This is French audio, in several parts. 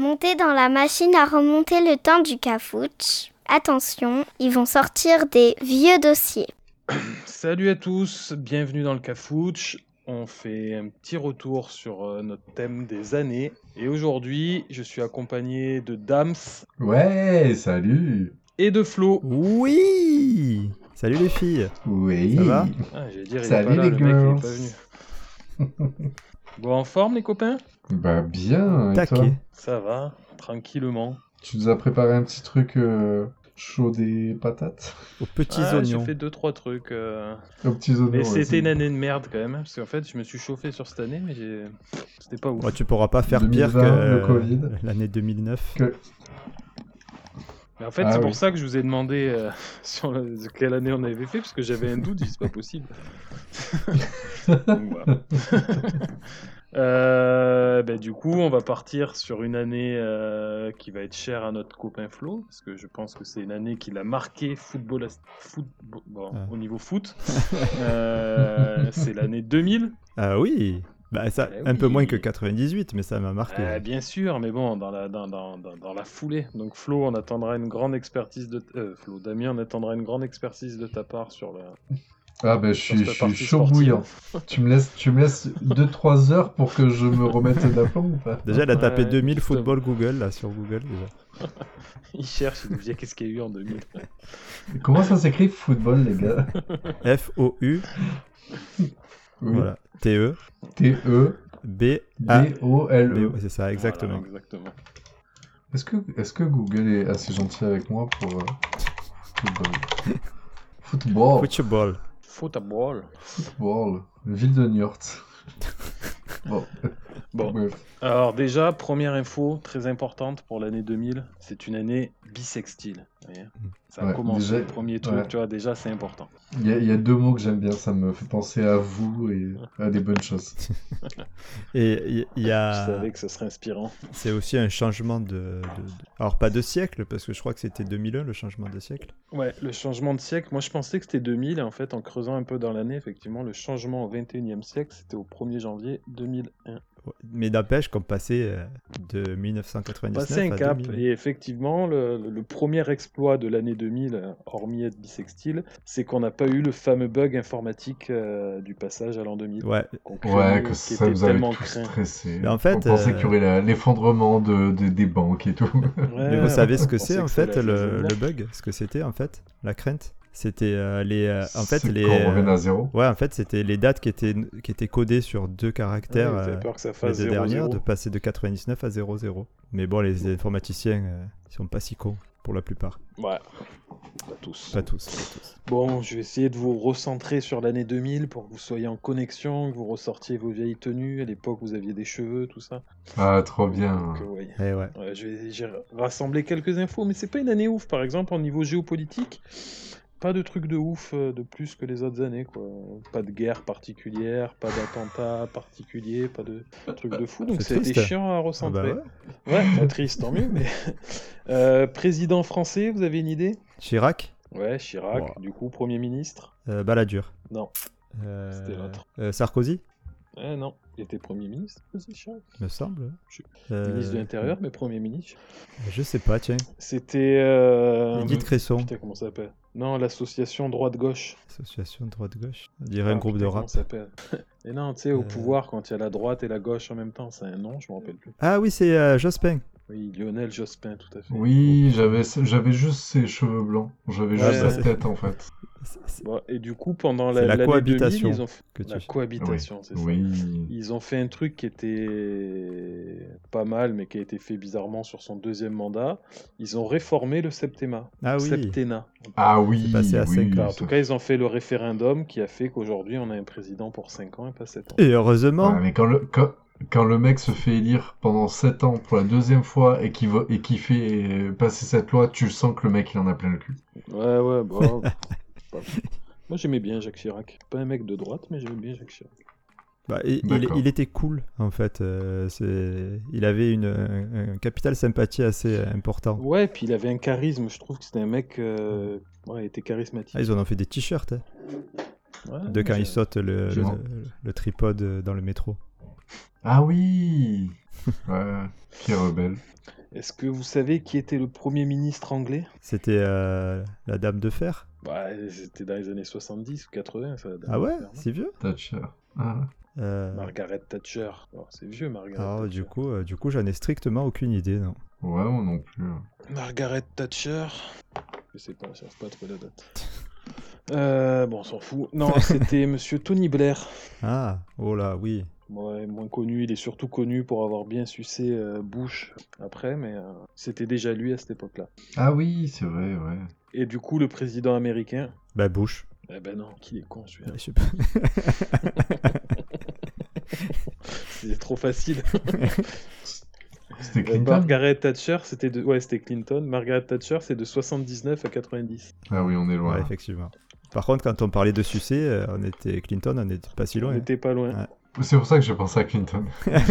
Montez dans la machine à remonter le temps du Cafouche. Attention, ils vont sortir des vieux dossiers. Salut à tous, bienvenue dans le Cafouche. On fait un petit retour sur notre thème des années. Et aujourd'hui, je suis accompagné de Dams Ouais, salut. et de Flo. Oui. Salut les filles. Oui. Ça va? J'allais dire, Salut il est pas là, les le mec, il girls. est pas venu. Bon, en forme les copains? Bah bien, et toi? Taquet. Ça va, tranquillement. Tu nous as préparé un petit truc chaud des patates? Aux petits J'ai oignons. fait 2-3 trucs. Aux petits oignons. Mais ouais, c'était c'est une bon. année de merde quand même, parce qu'en fait, je me suis chauffé sur cette année, mais c'était pas ouf. Ouais, tu pourras pas faire pire 2020, que le Covid. l'année 2009. Mais en fait, Ah c'est oui. pour ça que je vous ai demandé sur quelle année on avait fait, parce que j'avais un doute, j'ai dit, c'est pas possible. Donc, voilà. Du coup, on va partir sur une année qui va être chère à notre copain Flo, parce que je pense que c'est une année qui l'a marqué au niveau foot. C'est l'année 2000. Ah oui. Bah ça, Eh un peu oui. moins que 98, mais ça m'a marqué. Bien sûr, mais bon, dans la foulée. Donc Flo, on attendra une grande expertise de... Damien, on attendra une grande expertise de ta part sur la... Ah bah je sur suis cette partie chaud sportive. bouillant. Tu me laisses 2-3 heures pour que je me remette d'aplomb ou pas? Déjà, elle a tapé Ouais, 2000 justement. football Google, là, sur Google, déjà. Il cherche, il nous dit qu'est-ce qu'il y a eu en 2000. Comment ça s'écrit football, les gars? F-O-U, Oui. voilà, T-E, T-E-B-O-L-E. B-A-B-O, c'est ça, exactement. Voilà, exactement. Est-ce que Google est assez gentil avec moi pour football? Football. Football. Football. Football. Ville de Niort. Bon. Bon, Bref. alors déjà, première info très importante pour l'année 2000, c'est une année bisextile. Vous voyez, ça a Ouais, commencé, déjà- le premier truc, ouais. tu vois, déjà c'est important. Il y a 2 mots que j'aime bien, ça me fait penser à vous et à des bonnes choses. Et il y Je a... savais que ce serait inspirant. C'est aussi un changement Alors, pas de siècle, parce que je crois que c'était 2001, le changement de siècle. Ouais, le changement de siècle, moi je pensais que c'était 2000, et en fait, en creusant un peu dans l'année, effectivement, le changement au 21e siècle, c'était au 1er janvier 2001. Ouais. Mais n'empêche qu'on passait de 1999 Passer un à cap, 2000. et effectivement, le premier exploit de l'année 2000, hormis être bisextile, c'est qu'on n'a pas eu le fameux bug informatique du passage à l'an 2000. Ouais, qu'on craignait, Ouais, que qui ça était vous avait tellement tout craint. stressé. Mais en fait, On pensait qu'il y aurait l'effondrement des banques et tout. mais vous savez ce que on c'est pensait en que ça fait, allait être le la bug? Ce que c'était en fait, la crainte? C'était en fait, C'est les... qu'on revienne à zéro. Ouais, en fait, c'était les dates qui étaient codées sur 2 caractères, Ouais, ils avaient peur que ça les fasse 2 0, dernières, 0. de passer de 99 à 00. Mais bon, les informaticiens, ils sont pas si cons, pour la plupart. Ouais, pas tous. Pas tous. Bon, je vais essayer de vous recentrer sur l'année 2000 pour que vous soyez en connexion, que vous ressortiez vos vieilles tenues. À l'époque, vous aviez des cheveux, tout ça. Ah, trop bien. Donc, ouais. Et ouais. Ouais, j'ai rassemblé quelques infos, mais c'est pas une année ouf. Par exemple, au niveau géopolitique, pas de truc de ouf de plus que les autres années, quoi. Pas de guerre particulière, pas d'attentat particulier, pas de truc de fou. Donc C'est c'était triste. chiant à Ah recentrer. bah Ouais, pas triste, tant mieux. Mais président français, vous avez une idée? Chirac, Ouais, Chirac. Wow. Du coup, Premier ministre. Balladur. Non, c'était l'autre. Sarkozy, Non, il était Premier ministre aussi, Chirac. me semble. Ministre de l'Intérieur, mais Premier ministre. Je sais pas, tiens. C'était... Edith Cresson, Putain, comment ça s'appelle? Non, l'association droite-gauche. association droite-gauche. On dirait un groupe de Putain, comment rap. ça s'appelle? Et non, tu sais, au pouvoir, quand il y a la droite et la gauche en même temps, c'est un nom, je me rappelle plus. Ah oui, c'est Jospin. Oui, Lionel Jospin, tout à fait. Oui, j'avais juste ses cheveux blancs. J'avais Ouais, juste ouais. sa tête, en fait. Bon, et du coup, pendant C'est la l'année cohabitation 2000, ils ont fait... que tu- La cohabitation, c'est ça. Oui. Ils ont fait un truc qui était pas mal, mais qui a été fait bizarrement sur son deuxième mandat. Ils ont réformé le septennat. Ah oui. Septennat. Ah oui, C'est passé à oui. 5 ans. Enfin, en tout cas, ils ont fait le référendum qui a fait qu'aujourd'hui, on a un président pour 5 ans et pas 7 ans. Et heureusement, Ouais, mais quand le mec se fait élire pendant 7 ans pour la deuxième fois et qui fait passer cette loi, tu sens que le mec il en a plein le cul. Ouais, bon. Moi, j'aimais bien Jacques Chirac. Pas un mec de droite, mais j'aimais bien Jacques Chirac. bah, D'accord. il était cool en fait. Il avait un capital sympathie assez important. Ouais, puis il avait un charisme. Je trouve que c'était un mec... Ouais, il était charismatique. Ah, ils en ont fait des t-shirts hein, Ouais, de quand j'ai- ils sautent j'ai- le tripode dans le métro. Ah oui. Ouais, Pierre Rebelle. Est-ce que vous savez qui était le premier ministre anglais? C'était la Dame de Fer. Bah, c'était dans les années 70 ou 80, ça. Ah ouais, c'est vieux. Thatcher. Ah. Margaret Thatcher. Oh, c'est vieux, Margaret Alors, Thatcher. du coup, j'en ai strictement aucune idée, non. Ouais, moi non plus. Margaret Thatcher. Je sais pas, je ne pas trop la date. Bon, on s'en fout. Non, c'était Monsieur Tony Blair. Ah, oh là, oui. Ouais, moins connu, il est surtout connu pour avoir bien sucé Bush après, mais c'était déjà lui à cette époque-là. Ah oui, c'est vrai, ouais. Et du coup, le président américain... Bah, Bush. Eh ben non, qu'il est con celui-là. Je sais pas. C'est trop facile. C'était Clinton. Margaret Thatcher, c'était Clinton. Margaret Thatcher, c'est de 79 à 90. Ah oui, on est loin. Ouais, effectivement. Par contre, quand on parlait de sucer, Clinton, on n'était pas si On loin. n'était pas loin. Ouais. C'est pour ça que j'ai pensé à Clinton.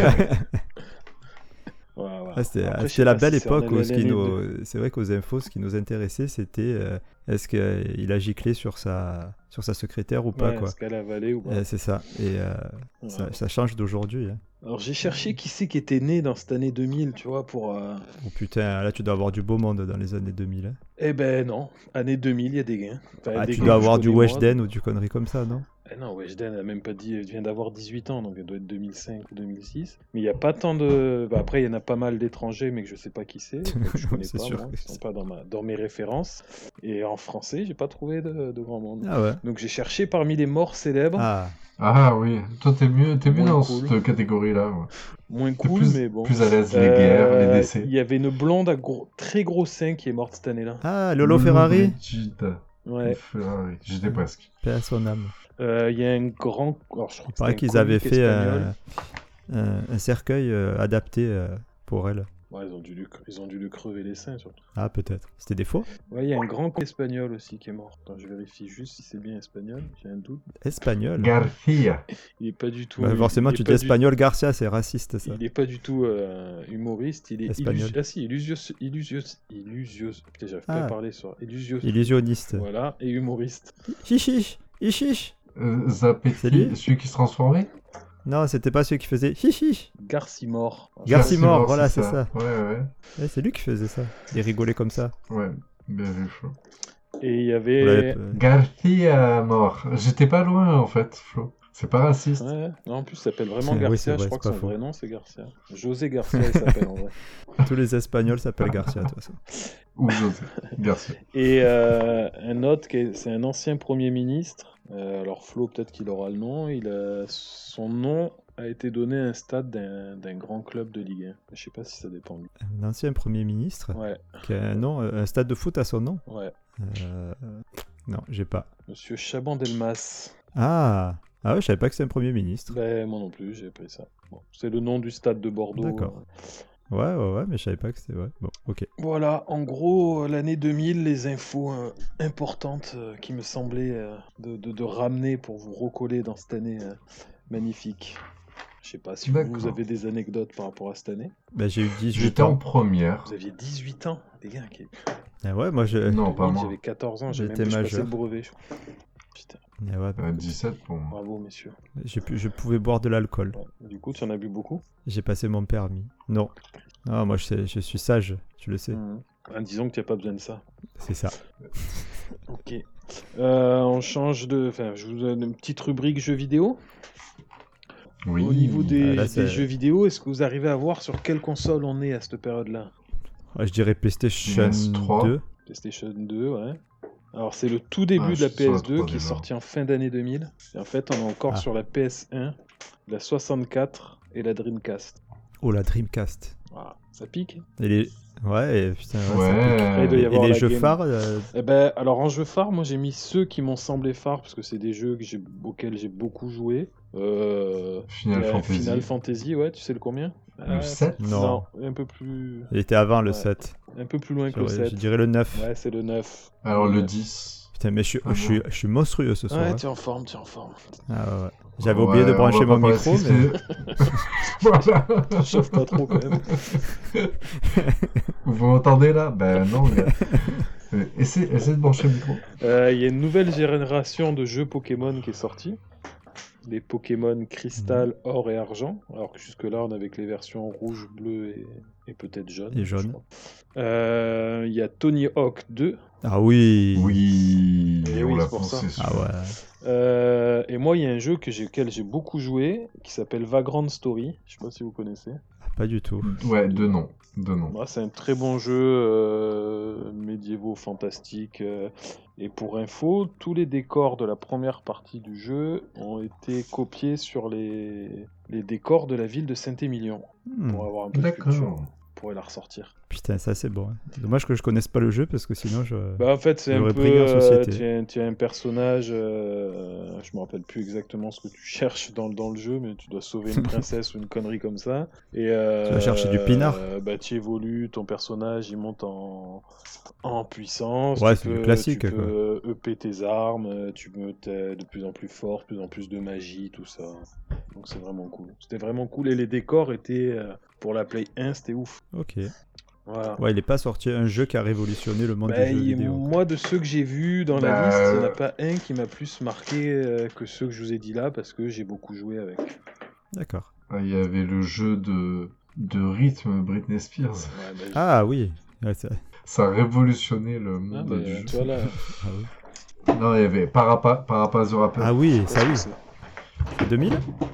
Ouais. Ah, c'était Après, je c'était sais la pas belle si c'est en époque où année c'est vrai qu'aux infos, ce qui nous intéressait, c'était est-ce qu'il a giclé sur sa secrétaire ou pas, Ouais, quoi. est-ce qu'elle a avalé ou pas. C'est ça. Et ça change d'aujourd'hui. Hein. Alors j'ai cherché qui c'est qui était né dans cette année 2000, tu vois, pour... Oh putain, là tu dois avoir du beau monde dans les années 2000. Hein. Eh ben non, année 2000, il y a des gains. Enfin, des Tu gains dois que je avoir du connais, moi. Weshden ou du connerie comme ça, non? Non, Weshden a même pas dit, elle vient d'avoir 18 ans, donc elle doit être 2005 ou 2006. Mais il n'y a pas tant de... Bah, après, il y en a pas mal d'étrangers, mais que je sais pas qui c'est. Donc je connais C'est pas, sûr moi, que ils sont pas dans mes références. Et en français, j'ai pas trouvé de grand monde. Ah ouais. Donc j'ai cherché parmi les morts célèbres. Ah oui, toi t'es mieux Moins dans cool. cette catégorie-là. Ouais. Moins T'es cool, mais bon. plus à l'aise, les guerres, les décès. Il y avait une blonde à très gros sein qui est morte cette année-là. Ah, Lolo Ferrari. Brigitte Ouais. Ferrari, j'étais presque. Paix à son âme. Il y a un grand... Alors, je crois Il que paraît c'était un qu'ils avaient comique fait espagnol. un cercueil adapté pour elle. Ouais, ils ont dû lui crever les seins, surtout. Ah, peut-être. C'était des faux? Ouais, il y a un grand espagnol aussi qui est mort. Attends, je vérifie juste si c'est bien espagnol. J'ai un doute. Espagnol. Garcia. Il est pas du tout... Bah, forcément, il est tu pas dis du- espagnol Garcia, c'est raciste ça. Il est pas du tout humoriste, il est Espagnol. Ah si, Putain, j'arrive pas Ah. à parler sur Illusionniste. Voilà, et humoriste. Chichiche. Ichiche. Zapetti, C'est lui celui qui se transformait. Non, c'était pas celui qui faisait chichiche. Garcimore. Garcimore, voilà, c'est ça. Ouais. Ouais, c'est lui qui faisait ça. Il rigolait comme ça. Ouais, bien vu, Flo. Et il y Vous l'avez avait... pas- Garcia mort. J'étais pas loin en fait, Flo. C'est pas raciste. Ouais, non, en plus, il s'appelle vraiment Oui, Garcia. c'est vrai, Je crois c'est que pas son faux. vrai nom, c'est Garcia. José Garcia, il s'appelle en vrai. Tous les Espagnols s'appellent Garcia, de toute façon. Ou José. Garcia. Et un autre, c'est un ancien Premier ministre. Alors Flo, peut-être qu'il aura le nom. Son nom a été donné à un stade d'un grand club de Ligue 1. Je sais pas si ça dépend de lui. Un ancien Premier ministre Ouais, qui a un stade de foot à son nom. ouais. Non, j'ai pas. Monsieur Chaban-Delmas. Ah ouais, je savais pas que c'était un Premier ministre. Ben, moi non plus, j'ai pris ça. Bon, c'est le nom du stade de Bordeaux. D'accord. Ouais, mais je savais pas que c'était... Ouais, bon, ok. Voilà, en gros, l'année 2000, les infos importantes qui me semblaient de ramener pour vous recoller dans cette année magnifique. Je sais pas si vous D'accord. avez des anecdotes par rapport à cette année. Bah, j'ai eu 18 J'étais en ans. première. Vous aviez 18 ans, les gars. Ah ouais, moi je... Non, pas 2000, moi. j'avais 14 ans, j'ai J'étais même pas passé majeur. le brevet. Je crois. Putain, Ah ouais, 17 pour moi. bravo, messieurs. je pouvais boire de l'alcool. Ouais. Du coup, tu en as bu beaucoup. J'ai passé mon permis. Non. Ah, moi je suis sage, tu le sais. Disons que tu n'as pas besoin de ça. C'est ça. Ok. On change de... Enfin, je vous donne une petite rubrique jeux vidéo. Oui. Au niveau des, là, des c'est- jeux vidéo, est-ce que vous arrivez à voir sur quelle console on est à cette période-là? Ouais, je dirais PlayStation PS3. 2. PlayStation 2, ouais. Alors c'est le tout début Ah, de la je suis sur la PS2 qui est 3D, sorti en fin d'année 2000. Et en fait, on est encore Ah. sur la PS1, la 64 et la Dreamcast. Oh, la Dreamcast. Voilà. Ça pique. Et les... Ouais, et putain, ouais, ça Ouais. pique. Après, il doit y Et avoir les la jeux Game- phares, Eh ben, alors en jeu phare, moi j'ai mis ceux qui m'ont semblé phares parce que c'est des jeux auxquels j'ai beaucoup joué. Final Fantasy. Final Fantasy, ouais, tu sais le combien? Le 7? Non. un peu plus, il était avant le Ouais. 7. un peu plus loin que le Je 7. dirais le 9. Ouais, c'est le 9. Alors le 10. Putain, mais Ah je suis monstrueux ce soir. Ouais, hein. tu es en forme, tu es en forme. Ah, ouais. J'avais oublié de Ouais, brancher on va mon pas micro, parler mais... de ce qui Voilà. Chauffe pas trop quand même. Vous m'entendez là? Ben non, gars. Essaie de brancher le micro. Il y a une nouvelle génération de jeux Pokémon qui est sortie. les Pokémon Cristal, Or et Argent, alors que jusque-là, on avait que les versions rouge, bleu et peut-être jaune. Et jaune. je crois. Il y a Tony Hawk 2. Ah oui. Oui, Et on oui, l'a c'est pour ça. pensé. Ah celui-là. ouais. Et moi, il y a un jeu auquel j'ai beaucoup joué, qui s'appelle Vagrant Story. Je sais pas si vous connaissez. Pas du tout. Ouais, deux noms. Moi, c'est un très bon jeu médiévaux fantastique. Et pour info, tous les décors de la première partie du jeu ont été copiés sur les décors de la ville de Saint-Émilion. Pour avoir un peu de culture. D'accord. On pourrait la ressortir. Putain, ça c'est bon. Dommage que je connaisse pas le jeu parce que sinon je. Bah en fait c'est un J'aurais peu brillé en société. tu as un personnage je me rappelle plus exactement ce que tu cherches dans le jeu mais tu dois sauver une princesse ou une connerie comme ça et Tu vas chercher du pinard. Bah tu évolues, ton personnage il monte en puissance, Ouais, tu c'est du peux classique, tu quoi. peux upper tes armes, tu peux être de plus en plus fort, de plus en plus de magie, tout ça. Donc c'est vraiment cool. C'était vraiment cool et les décors étaient pour la Play 1, c'était ouf. Ok. Voilà. Ouais, il est pas sorti un jeu qui a révolutionné le monde Bah, des jeux vidéo. moi, de ceux que j'ai vus dans la liste, il n'y en a pas un qui m'a plus marqué que ceux que je vous ai dit là, parce que j'ai beaucoup joué avec. D'accord. Il y avait le jeu de rythme Britney Spears. Ouais, bah, Ah oui. Ouais, Ça a révolutionné le ah, monde bah, du jeu. tu vois, là, Ah oui. Non, il y avait Parappa the Rapper. Ah oui, ça oui. c'est- C'est 2000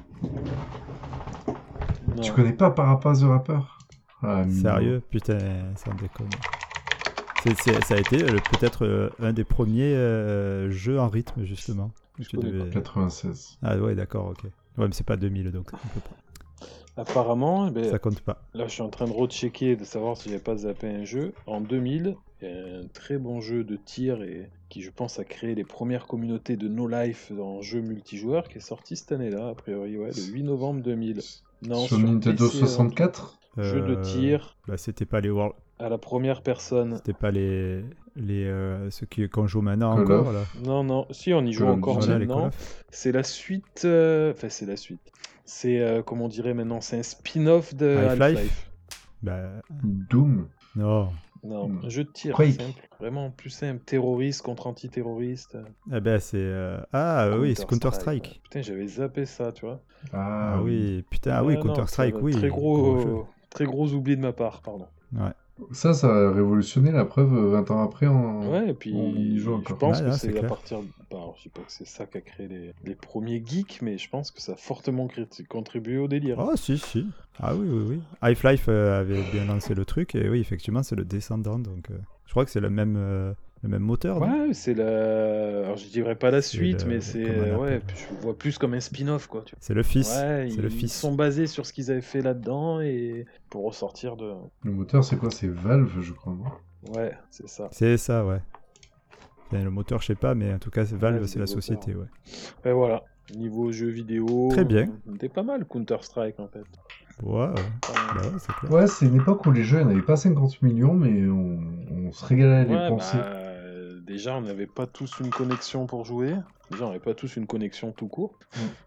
non. Tu connais pas Parappa the Rapper? Ah, Sérieux? Putain, ça me déconne. Ça a été peut-être un des premiers jeux en rythme, justement. Je Tu connais devais- 96. Ah ouais, d'accord, ok. Ouais, mais c'est pas 2000, donc on peut pas. Apparemment, ben, Ça compte pas. là, je suis en train de rechecker, de savoir si j'ai pas zappé un jeu. En 2000, il y a un très bon jeu de tir et qui, je pense, a créé les premières communautés de No Life dans jeux multijoueurs qui est sorti cette année-là, a priori, ouais, le 8 novembre 2000. Non, Sur Nintendo PC, 64? Jeu de tir Bah, c'était pas les World... à la première personne. C'était pas les ceux qu'on joue maintenant Call encore of. là. Non, si on y joue Call of encore Duty. Voilà, les Call maintenant. of. C'est la suite. Enfin, c'est la suite. C'est, comme on dirait maintenant, c'est un spin-off de Half-Life. Half-Life. Bah Doom? non. Non, un jeu de tir Quake. simple. Vraiment plus simple. Terroriste contre antiterroriste. Eh ben c'est oui, c'est Counter-Strike. Ouais. Putain, j'avais zappé ça, tu vois. Ah oui, putain, ah oui, non, Counter-Strike, oui. Très gros jeu. très gros oubli de ma part, pardon. Ouais. Ça a révolutionné la preuve 20 ans après. Ouais, et puis on y joue je encore. pense Ouais, que là, c'est c'est à clair. partir. Alors, je sais pas que c'est ça qui a créé les premiers geeks, mais je pense que ça a fortement contribué au délire. Oh si. Ah oui. Half-Life avait bien lancé le truc et oui, effectivement, c'est le descendant donc je crois que c'est le même moteur. non Ouais, c'est la. Alors, je dirais pas la C'est suite, le- mais c'est. comment on Ouais, appelle. je le vois plus comme un spin-off, quoi. Tu vois. C'est le fils. Ouais, c'est le ils fils. sont basés sur ce qu'ils avaient fait là-dedans et pour ressortir de. Le moteur, c'est quoi? C'est Valve, je crois, non? Ouais, c'est ça. C'est ça, ouais. Enfin, le moteur, je sais pas, mais en tout cas, Valve, Ouais, c'est la développeur. société, ouais. Et voilà. Niveau jeux vidéo. Très bien. C'était pas mal Counter-Strike en fait. Ouais, Enfin, bah ouais, c'est clair. Ouais, c'est une époque où les jeux, il n'y en avait pas 50 millions, mais on se régalait à les ouais, penser. déjà, on n'avait pas tous une connexion pour jouer. Déjà, on n'avait pas tous une connexion tout court.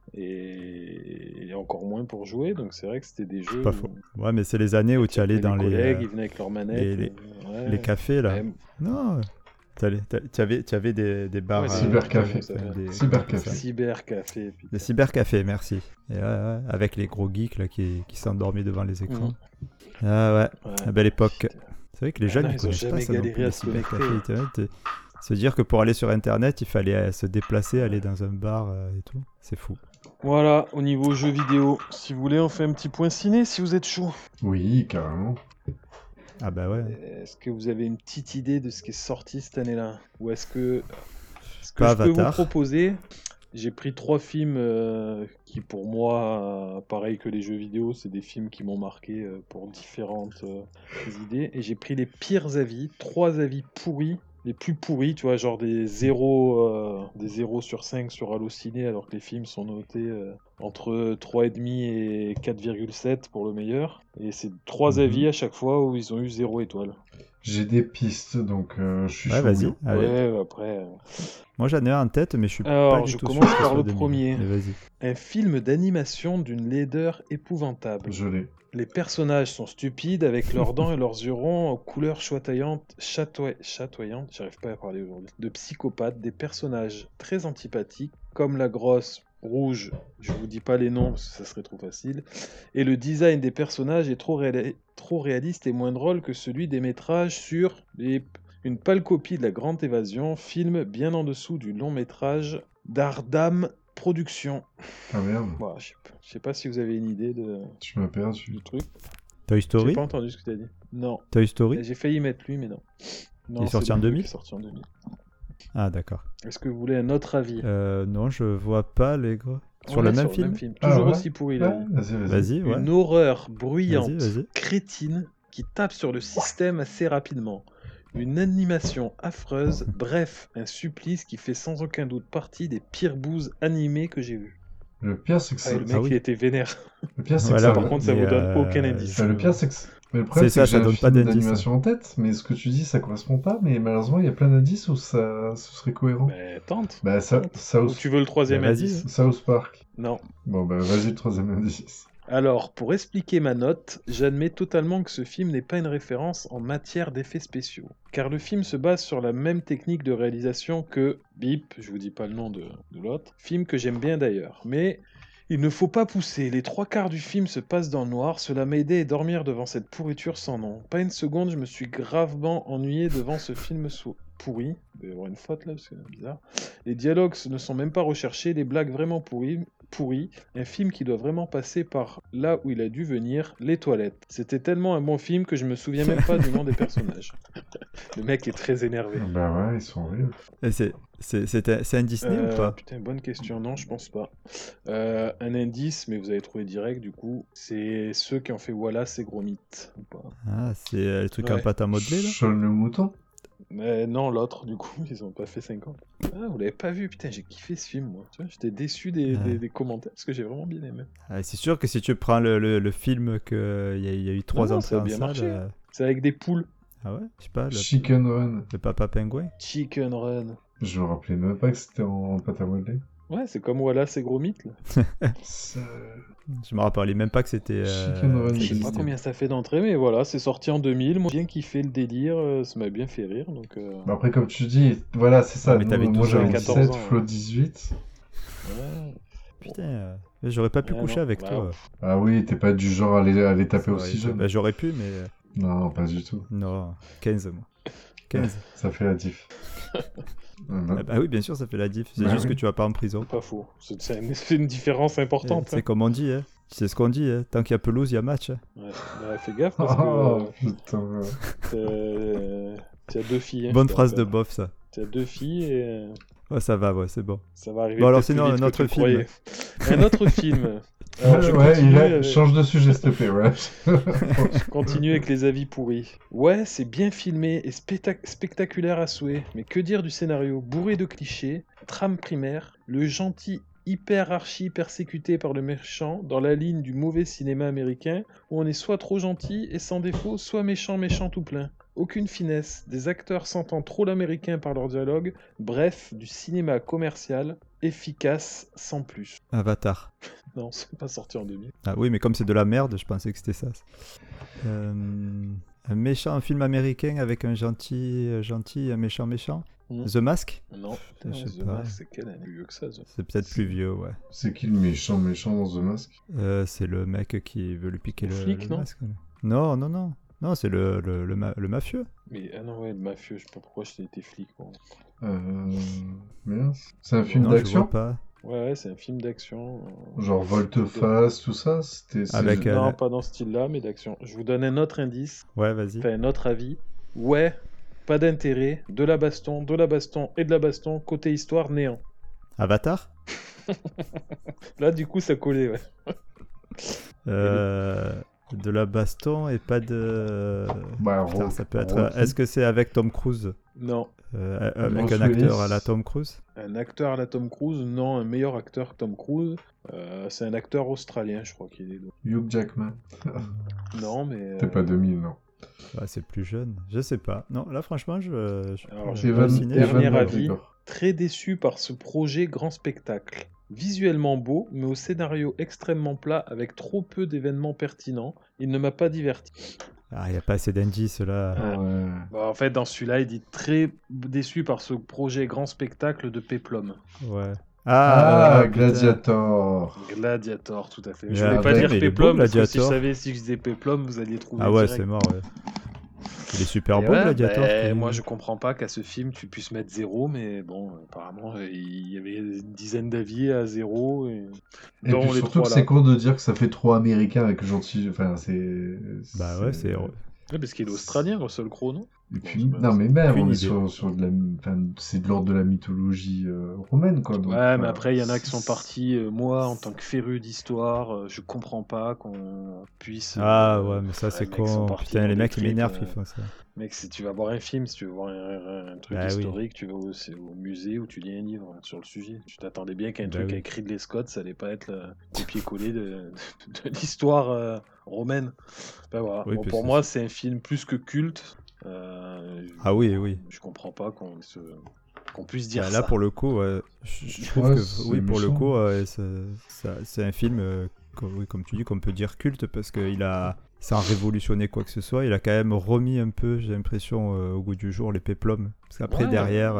Et encore moins pour jouer. Donc, c'est vrai que c'était des jeux. Pas faux. Ouais, mais c'est les années où tu allais dans les les collègues, ils venaient avec leurs manettes. les cafés, là. Ouais. Non, tu avais des bars. Ouais, Cybercafé. des- Cybercafé. Cybercafé. putain. Les cybercafés, merci. Et ouais, avec les gros geeks là, qui s'endormaient devant les écrans. Ah ouais, Ouais. à belle époque. C'était- C'est vrai que les jeunes, non, ils ils ont connaissent pas jamais ça non galéré plus, à les se connecter. cybercafés, Internet. Se dire que pour aller sur Internet, il fallait se déplacer, aller dans un bar et tout. C'est fou. Voilà, au niveau jeux vidéo. Si vous voulez, on fait un petit point ciné si vous êtes chaud. Oui, carrément. Ah bah ouais. Est-ce que vous avez une petite idée de ce qui est sorti cette année-là? Ou est-ce que Pas je peux vous Avatar. proposer? J'ai pris 3 films qui, pour moi, pareil que les jeux vidéo, c'est des films qui m'ont marqué pour différentes idées. Et j'ai pris les pires avis, 3 avis pourris, les plus pourris, tu vois, genre des 0 sur 5 sur Allociné, alors que les films sont notés entre 3,5 et 4,7 pour le meilleur. Et c'est 3 Mhm. avis à chaque fois où ils ont eu 0 étoile. J'ai des pistes, donc je suis Ouais, chaud. vas-y. Allez. Ouais, après. Moi j'en ai un en tête, mais je suis Alors, pas du je tout commence sûr que par ce le soit 2000. premier. Mais vas-y. Un film d'animation d'une laideur épouvantable. Je l'ai. Les personnages sont stupides avec leurs dents et leurs yeux ronds aux couleurs chatoyantes, j'arrive pas à parler aujourd'hui, de psychopathes, des personnages très antipathiques comme la grosse rouge, je vous dis pas les noms parce que ça serait trop facile. Et le design des personnages est trop réaliste et moins drôle que celui des métrages sur une pâle copie de La Grande Évasion, film bien en dessous du long métrage d'Ardam Productions. Ah merde, Voilà, je sais pas si vous avez une idée tu m'as perdu. du truc. Toy J'ai Story. pas entendu ce que tu as dit. Non. Toy Story. J'ai failli mettre lui, mais non. Non, Il est c'est sorti en le truc 2000? qui est sorti en 2000. Ah d'accord. Est-ce que vous voulez un autre avis? Non, je vois pas les gros. Sur On le est même sur film. Ah, Toujours ouais. aussi pourri, là. Ouais, vas-y. Vas-y, ouais. Une horreur bruyante, Vas-y. crétine, qui tape sur le système assez rapidement. Une animation affreuse, bref, un supplice qui fait sans aucun doute partie des pires bouses animées que j'ai vues. Le pire, c'est que Ah, ça. le mec, Ah oui. il était vénère. Le pire, c'est que Voilà, ça. Par contre, ça mais, vous donne aucun indice. Le pire, c'est que. Mais le problème, C'est ça, c'est que ça j'ai un donne pas film d'indice, d'animation en tête, mais ce que tu dis, ça correspond pas. Mais malheureusement, il y a plein d'indices où ce serait cohérent. Mais tente. Bah, Ou South tu veux le troisième Bah, vas-y, indice? South Park. Non. Bon, bah, vas-y, le troisième indice. Alors, pour expliquer ma note, j'admets totalement que ce film n'est pas une référence en matière d'effets spéciaux. Car le film se base sur la même technique de réalisation que Bip, je vous dis pas le nom de l'autre, film que j'aime bien d'ailleurs. Mais il ne faut pas pousser, les 3/4 du film se passent dans le noir, cela m'a aidé à dormir devant cette pourriture sans nom. Pas une seconde, je me suis gravement ennuyé devant ce film pourri. Il doit y avoir une faute là, parce que c'est bizarre. Les dialogues ne sont même pas recherchés, les blagues vraiment pourries. Un film qui doit vraiment passer par là où il a dû venir, les toilettes. C'était tellement un bon film que je me souviens même pas du nom des personnages. Le mec est très énervé. Bah ouais, ils sont horribles. Et c'est un Disney ou pas? Putain, bonne question. Non, je pense pas. Un indice, mais vous avez trouvé direct du coup. C'est ceux qui ont fait Voilà, c'est gros mythe. Ou pas. Ah, c'est le truc en Ouais. pâte à modeler là? Sean le mouton. Mais non, l'autre, du coup, ils ont pas fait 50. Ah, vous l'avez pas vu, putain, j'ai kiffé ce film, moi. Tu vois, j'étais déçu des commentaires, parce que j'ai vraiment bien aimé. Ah, c'est sûr que si tu prends le film qu'il y a eu 3 Non, entrées ça a en bien salle. marché. C'est avec des poules. Ah ouais? Je sais pas, Chicken Run. le papa pingouin. Chicken Run. Je me rappelais même pas que c'était en pâte à modeler. Ouais, c'est comme Voilà, c'est gros mythe, là. Ça- Je me rappelais même pas que c'était. Chicken Run, ça Je sais pas existait. combien ça fait d'entrée, mais voilà, c'est sorti en 2000. Moi, j'ai bien kiffé le délire, ça m'a bien fait rire, donc... Bah après, comme tu dis, voilà, c'est ça. Ah, mais t'avais Moi, 12 ans, j'avais 14 17, ans, Flo ouais. 18. Ouais. Putain, j'aurais pas pu Ah, coucher non, avec bah, toi. Ah oui, t'es pas du genre à les taper Ça aurait aussi été- jeune. Bah, j'aurais pu, mais Non, pas du tout. non, 15 moi. 15. Ça fait la diff. Ah bah oui, bien sûr, ça fait la diff. C'est Bah juste oui. que tu vas pas en prison. Pas faux. C'est une différence importante. C'est comme on dit, hein. C'est ce qu'on dit, hein. Tant qu'il y a pelouse, il y a match. Hein. Ouais. Bah, fais gaffe parce Oh, que putain. tu as 2 filles. Hein, Bonne je te phrase de rappelle. bof, ça. Tu as 2 filles et Ouais, ça va, ouais, c'est bon. ça va arriver. Bon, alors peut-être sinon, plus vite un que autre tu le film. croyais. Un autre film. Alors, je Ouais, continue avec- change de sujet, s'il te plaît, ouais. Continue avec les avis pourris. Ouais, c'est bien filmé et spectaculaire à souhait. Mais que dire du scénario bourré de clichés, trame primaire, le gentil hyper archi persécuté par le méchant dans la ligne du mauvais cinéma américain où on est soit trop gentil et sans défaut, soit méchant tout plein. Aucune finesse, des acteurs sentant trop l'américain par leur dialogue, bref, du cinéma commercial, efficace sans plus. Avatar. Non, c'est pas sorti en 2000. Ah oui, mais comme c'est de la merde, je pensais que c'était ça. Un méchant, un film américain avec un gentil, un méchant. Mhm. The Mask. Non, Je sais The pas. Mask, c'est quelle année? Plus vieux que ça, The C'est peut-être plus vieux, ouais. C'est qui le méchant dans The Mask? C'est le mec qui veut lui piquer Le le flic, non masque. Non. Non, c'est le mafieux. Mais ah non, ouais, le mafieux, je sais pas pourquoi j'étais été flic. Moi. Merde. C'est un film Non, je d'action? vois pas. Ouais, c'est un film d'action. Genre Volte-Face, tout ça? C'est- Avec, Non, pas dans ce style-là, mais d'action. Je vous donne un autre indice, Ouais, vas-y. enfin un autre avis. Ouais, pas d'intérêt, de la baston et de la baston, côté histoire, néant. Avatar. Là, du coup, ça collait, ouais. De la baston et pas de. Bah, Putain, ça peut être. Rocky. Est-ce que c'est avec Tom Cruise Non. Avec Bruce un acteur Willis. à la Tom Cruise? Un acteur à la Tom Cruise, non, un meilleur acteur que Tom Cruise. C'est un acteur australien, je crois qu'il est. Hugh Jackman. Non, mais. T'es pas 2000, non. Ouais, c'est plus jeune. Je sais pas. Non, là, franchement, Alors, je j'ai pas Evan- ciné. Dernier Evan avis. McGregor. Très déçu par ce projet grand spectacle. Visuellement beau, mais au scénario extrêmement plat avec trop peu d'événements pertinents, il ne m'a pas diverti. Ah, il n'y a pas assez d'indices là. Ah ouais. Bah, en fait, dans celui-là, il dit très déçu par ce projet grand spectacle de Péplum. Ouais. putain. Gladiator. Gladiator, tout à fait. Mais Je voulais pas après, dire mais il est Péplum, beau, parce que si je Gladiator. savais si je disais Péplum, vous alliez trouver Ah ouais, direct. c'est mort, ouais. Il est super Et beau, ouais, Gladiator. moi je comprends pas qu'à ce film tu puisses mettre 0, mais bon, apparemment il y avait une dizaine d'avis à 0, Et dont puis les surtout 3 que là. c'est con de dire que ça fait trop américain avec gentil. Enfin, Bah ouais, c'est... Ouais, parce qu'il est australien, Russell Crowe, non? Et puis, Bon, non, mais même, aucune on est idée. sur de la. Enfin, c'est de l'ordre de la mythologie romaine, quoi. Donc, Ouais, mais après, il y en a qui sont partis. Moi, en tant que féru d'histoire, je comprends pas qu'on puisse. Ah ouais, mais ça, les c'est mecs sont con. partis Putain, dans les des mecs, ils trucs, m'énervent qui font ça. Mec, si tu vas voir un film, si tu veux voir un truc Bah oui. historique, tu vas au musée ou tu lis un livre sur le sujet. Tu t'attendais bien qu'un Bah truc oui. avec Ridley Scott, ça allait pas être le copier-coller de l'histoire romaine. Ben voilà. Oui, Bon, puis pour c'est moi, ça. c'est un film plus que culte. Ah oui, oui. Je comprends pas qu'on puisse dire Bah, ça. là, pour le coup, je trouve Ouais, que c'est oui, pour le méchant. coup, c'est un film, oui, comme tu dis, qu'on peut dire culte parce qu'il a, sans révolutionner quoi que ce soit, il a quand même remis un peu, j'ai l'impression, au goût du jour les péplums. Parce qu'après, Ouais. derrière,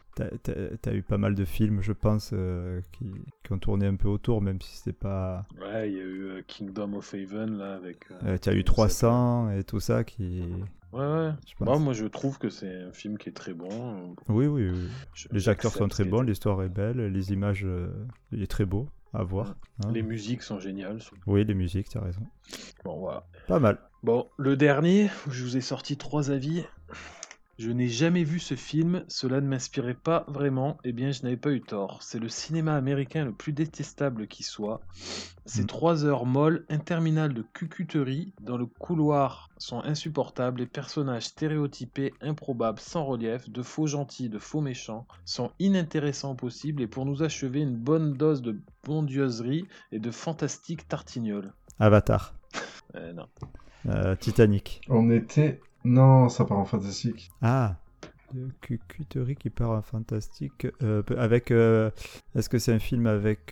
t'as eu pas mal de films, je pense, qui ont tourné un peu autour, même si c'était pas. Ouais, il y a eu Kingdom of Heaven là avec. T'as eu 300 et tout ça qui. Ouais. Je pense. Bah, moi, je trouve que c'est un film qui est très bon. Oui. Les acteurs sont J'accepte très ce qui bons, était- l'histoire est belle, les images, il est très beau à voir. Hein. Les musiques sont géniales. Oui, les musiques, t'as raison. Bon, voilà. Pas mal. Bon, le dernier, où je vous ai sorti 3 avis. Je n'ai jamais vu ce film, cela ne m'inspirait pas vraiment, eh bien je n'avais pas eu tort. C'est le cinéma américain le plus détestable qui soit. Ces 3 heures molles, interminables de cucuterie, dans le couloir sont insupportables, les personnages stéréotypés, improbables, sans relief, de faux gentils, de faux méchants, sont inintéressants au possible, et pour nous achever une bonne dose de bondieuserie et de fantastique tartignole. Avatar. Non. Titanic. On était. Non, ça part en fantastique. Ah, Cucuterie qui part en fantastique. Avec. Est-ce que c'est un film avec.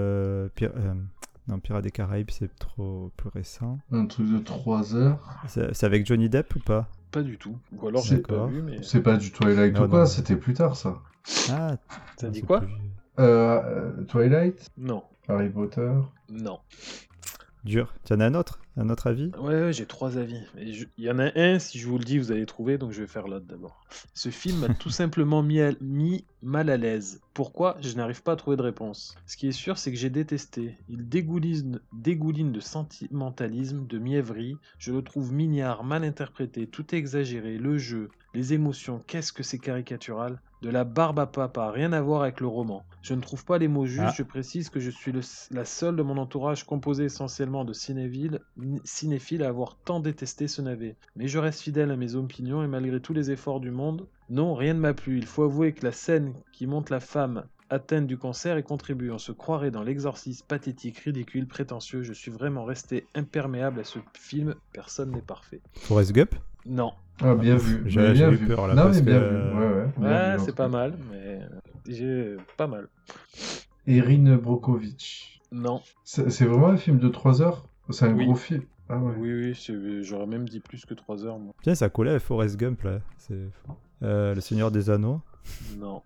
Non, Pirates des Caraïbes, c'est trop plus récent. Un truc de 3 heures. C'est avec Johnny Depp ou pas? Pas du tout. Ou alors C'est j'ai pas d'accord. vu, mais... C'est pas du Twilight Non, ou quoi, non. c'était plus tard, ça. Ah, Ça dit c'est quoi? plus vieux. Twilight, Non. Harry Potter. Non. Dur. Tu en as un autre avis? Ouais, j'ai 3 avis. Il y en a un, si je vous le dis, vous allez trouver, donc je vais faire l'autre d'abord. Ce film m'a tout simplement mis mal à l'aise. Pourquoi? Je n'arrive pas à trouver de réponse. Ce qui est sûr, c'est que j'ai détesté. Il dégouline de sentimentalisme, de mièvrerie. Je le trouve mignard, mal interprété, tout est exagéré. Le jeu, les émotions, qu'est-ce que c'est caricatural? De la barbe à papa, rien à voir avec le roman. Je ne trouve pas les mots justes, Ah. je précise que je suis la seule de mon entourage composé essentiellement de cinéphiles à avoir tant détesté ce navet. Mais je reste fidèle à mes opinions et malgré tous les efforts du monde, non, rien ne m'a plu. Il faut avouer que la scène qui montre la femme atteinte du cancer y contribue. On se croirait dans l'exorcisme pathétique, ridicule, prétentieux. Je suis vraiment resté imperméable à ce film. Personne n'est parfait. Forrest Gump? Non. Ah, bien vu. J'ai Mais bien eu vu. peur, là, Non, parce mais bien que- vu. Ouais. bien Ouais, vu, en c'est tout pas cas. mal, mais j'ai pas mal. Erin Brockovich. Non. C'est vraiment un film de 3 heures? C'est un Oui. gros film. Ah ouais. Oui, j'aurais même dit plus que 3 heures, moi. Tiens, ça collait avec Forrest Gump, là. C'est fou. Le Seigneur des Anneaux. Non.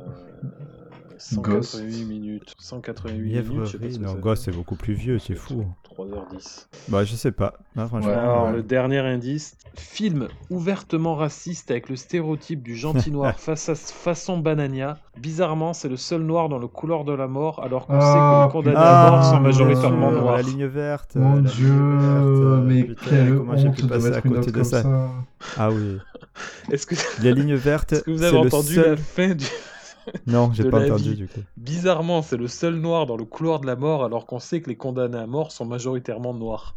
Ghost. 188 minutes. 188 minutes, je sais pas Mièvrerie. ce que Non, ça Ghost, fait. c'est beaucoup plus vieux, c'est fou. 3h10. Bah, je sais pas. Non, franchement. Ouais. Alors, le dernier indice, film ouvertement raciste avec le stéréotype du gentil noir façon Banania. Bizarrement, c'est le seul noir dans le couloir de la mort, alors qu'on sait que les condamnés à mort sont majoritairement bien sûr, noirs. La ligne verte. Mon la Dieu, ligne verte, mais putain, quelle comment j'ai honte pu de passer à mettre une côté note de comme ça. ça. Ah oui. Est-ce que, La ligne verte, est-ce que vous c'est avez le entendu seul... la fin du... Non, j'ai de pas la entendu vie. du coup. Bizarrement, c'est le seul noir dans le couloir de la mort, alors qu'on sait que les condamnés à mort sont majoritairement noirs.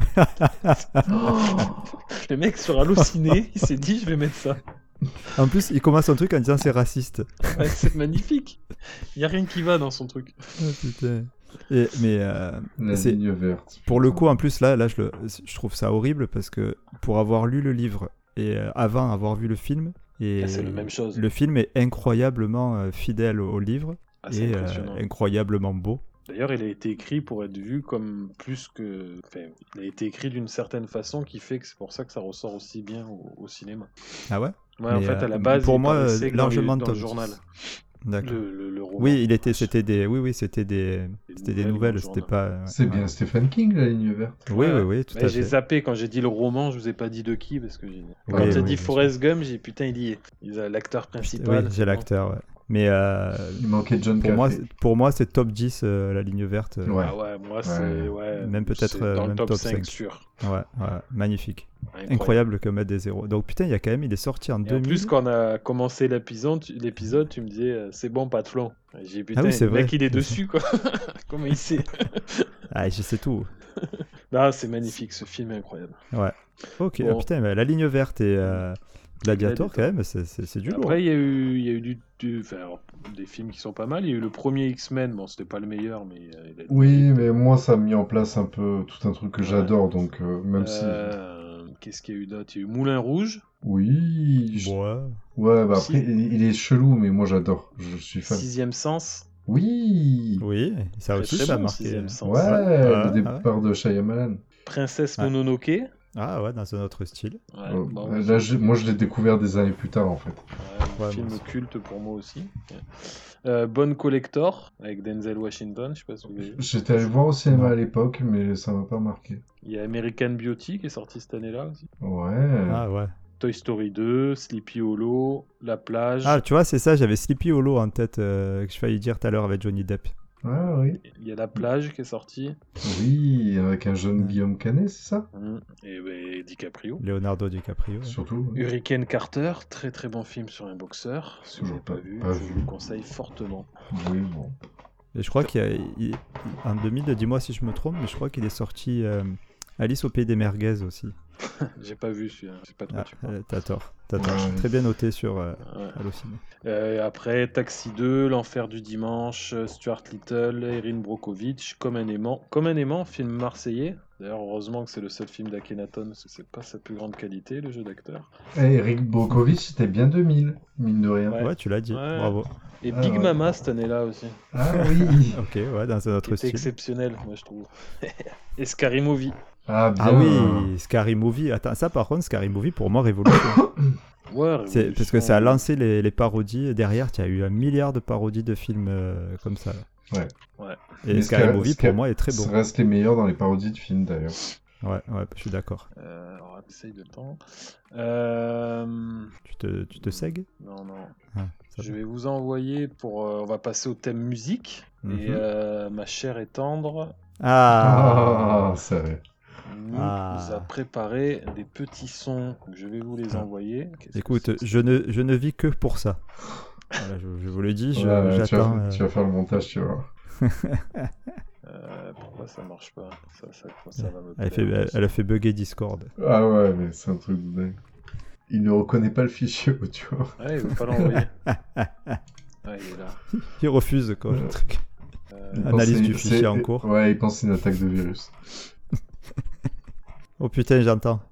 Le mec sur Allociné, il s'est dit, je vais mettre ça. En plus, il commence son truc en disant c'est raciste. Ouais, c'est magnifique. Il y a rien qui va dans son truc. Ah, putain. Mais La c'est- ligne verte. pour le coup, en plus, là je trouve ça horrible parce que pour avoir lu le livre et avant avoir vu le film, et C'est la même chose. le film est incroyablement fidèle au livre Ah, c'est et impressionnant. incroyablement beau. D'ailleurs, il a été écrit pour être vu comme plus que... Enfin, il a été écrit d'une certaine façon qui fait que c'est pour ça que ça ressort aussi bien au cinéma. Ah ouais? Ouais, en Mais, fait, à la base, pour il moi, paraissait que dans largement dans le top journal. D'accord. Le roman. Oui, c'était des nouvelles, c'était pas. C'est bien Stephen King, La Ligne Verte. Oui, Ouais. tout Mais à j'ai fait. zappé quand j'ai dit le roman, je vous ai pas dit de qui parce que quand Oui, t'as oui, dit bien Forrest Gump, j'ai dit putain il y est. Il a l'acteur principal. Oui, c'est j'ai bon. l'acteur, ouais. Mais Il manquait John pour moi, c'est top 10 La Ligne Verte. Ouais. Ah ouais, moi c'est Même peut-être c'est dans le même top top 5 5. sûr. Ouais, magnifique. Incroyable que mettre des zéros. Donc putain, il y a quand même, il est sorti en Et 2000. en plus, quand on a commencé l'épisode, tu me disais c'est bon, pas de flanc. J'ai dit putain, Ah oui, c'est le mec vrai. il est dessus quoi. Comment il sait? Ah, je sais tout. Non, c'est magnifique, ce film est incroyable. Ouais. Ok, Bon. putain, mais La Ligne Verte et Gladiator, quand même, c'est du lourd. Après, il y a eu des films qui sont pas mal. Il y a eu le premier X-Men, bon, c'était pas le meilleur, mais Oui, mais moi, ça a mis en place un peu tout un truc que j'adore, donc même si... Qu'est-ce qu'il y a eu d'autre? Il y a eu Moulin Rouge. Oui... Ouais. Ouais, bah Si- après, il est chelou, mais moi, j'adore. Je suis fan. Sixième Sens. Oui Oui, ça Très, aussi, très ça a bon, marqué. Sixième Sens. Ouais, le ouais. départ de Shyamalan. Princesse Ouais. Mononoke. Ah ouais, dans un autre style. Ouais, Oh, bon, là, moi, je l'ai découvert des années plus tard, en fait. un film moi aussi. culte pour moi aussi. Bonne Collector avec Denzel Washington, je sais pas si vous avez vu. J'étais allé le voir au cinéma Non. à l'époque, mais ça m'a pas marqué. Il y a American Beauty qui est sorti cette année-là aussi. Ouais. Ah ouais. Toy Story 2, Sleepy Hollow, La Plage. Ah, tu vois, c'est ça, j'avais Sleepy Hollow en tête, que je failli dire tout à l'heure avec Johnny Depp. Ah oui. Il y a La Plage qui est sorti. Oui, avec un jeune Ouais. Guillaume Canet, c'est ça? Et DiCaprio. Leonardo DiCaprio. Ouais. Surtout. Ouais. Hurricane Carter, très très bon film sur un boxeur. Si vous Non, n'avez pas pas vu, vu. je vous le conseille fortement. Oui, bon. Et je crois en 2000, dis-moi si je me trompe, mais je crois qu'il est sorti Alice au Pays des Merguez aussi. J'ai pas vu celui-là, je sais pas de quoi Ah, tu parles. t'as tort. Ouais. Très bien noté sur Ouais. Allociné. Après, Taxi 2, L'Enfer du Dimanche, Stuart Little, Erin Brockovich, Comme un aimant, film marseillais. D'ailleurs, heureusement que c'est le seul film d'Akhenaton, parce que c'est pas sa plus grande qualité, le jeu d'acteur. Eh, Eric Bokovic, c'était bien 2000, mine de rien. Ouais. Ouais, tu l'as dit. Ouais. Bravo. Et Ah, Big ouais. Mama cette année-là aussi, Ah oui. Ok, ouais, dans un qui autre était style. exceptionnel, moi je trouve. Et Scary Movie. Ah bien. Ah oui, Scary Movie. Attends, ça par contre, Scary Movie, pour moi, révolution. Ouais, C'est parce que ça a lancé les parodies. Derrière, tu as eu 1 milliard de parodies de films comme ça. Ouais. Ouais. Et Mais Scary Movie, pour moi, est très Ça bon. reste les meilleurs dans les parodies de films d'ailleurs. Ouais, je suis d'accord. Alors, essaye de temps. Tu te segues Non. Ah, ça Je va. vais vous envoyer on va passer au thème musique. Et ma chère et tendre Ah, Ah, c'est vrai. nous Ah. a préparé des petits sons. Donc, je vais vous les envoyer. Qu'est-ce que Écoute, c'est que je ne vis que pour ça. Voilà, je vous le dis, Ouais, j'attends. tu vas faire le montage, tu vois. pourquoi ça marche pas? Ça va me Elle plaire. a fait bugger Discord. Ah ouais, mais c'est un truc de dingue. Il ne reconnaît pas le fichier audio. Ouais, il veut pas l'envoyer. Ouais, il est là. Il refuse quoi. le truc. Il Analyse pense du que fichier c'est- en cours. Ouais, il pense que c'est une attaque de virus. Oh putain, j'entends.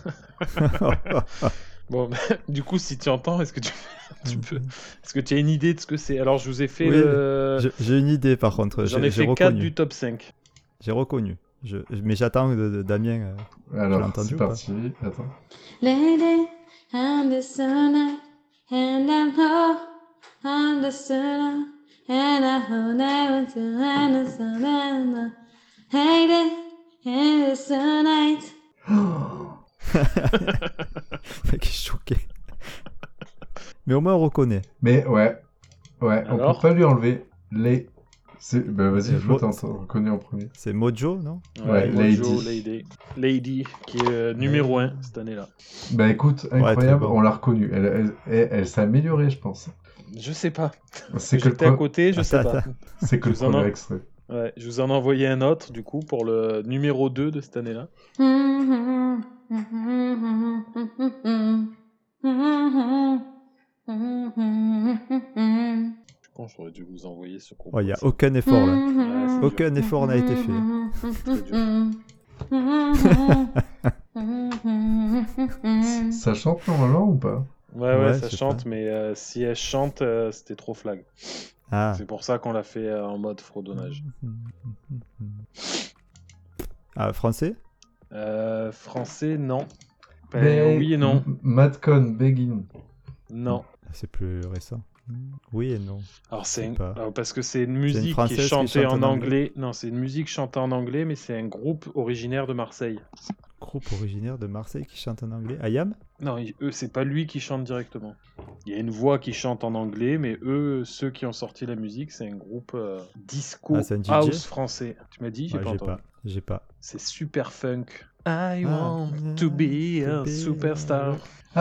Bon, du coup, si tu entends, est-ce que est-ce que tu as une idée de ce que c'est? Alors, je vous ai fait Oui, J'ai une idée par contre. J'en ai J'ai fait 4 reconnu. du top 5. J'ai reconnu. Mais j'attends Damien. Alors, entendu c'est ou pas parti. Attends. Lady, I'm the sunlight, and I know I'm the sun, and I hold out to the sun, and I hate it, and the sunlight. Le mec est choqué. Mais au moins on reconnaît. Mais ouais, on Alors peut pas lui enlever les. Bah vas-y, Bon, Flo, t'en reconnais en premier. C'est Mojo, non? Ouais, Mojo, Lady, qui est numéro 1 cette année-là. Bah écoute, très incroyable, bon. on l'a reconnue. Elle s'est améliorée, je pense. Je sais pas. C'est que, J'étais à côté, je sais Attends, pas. attends. c'est que le Je vous en premier en- extrait. Ouais, je vous en ai envoyé un autre, du coup, pour le numéro 2 de cette année-là. Je pense que j'aurais dû vous envoyer ce groupe. Il n'y a aucun effort là. Ouais, c'est Aucun dur. effort n'a été fait. Ça chante normalement ou pas? Ouais, je ça sais chante, mais si elle chante, c'était trop flag. Ah. C'est pour ça qu'on l'a fait en mode fredonnage. Ah, français? Français, non. Mais Oui et non. Madcon, Begin. Non. C'est plus récent. Oui et non. Alors Je sais pas. parce que c'est une musique qui est Française qui chantée chante en en anglais. Non, c'est une musique chantée en anglais, mais c'est un groupe originaire de Marseille. Groupe originaire de Marseille qui chante en anglais. Ayam? Non, eux, c'est pas lui qui chante directement. Il y a une voix qui chante en anglais, mais eux, ceux qui ont sorti la musique, c'est un groupe disco Ah, c'est un DJ? house français. Tu m'as dit? J'ai Ouais, pas entendu. J'ai pas. C'est super funk. I want to be a superstar.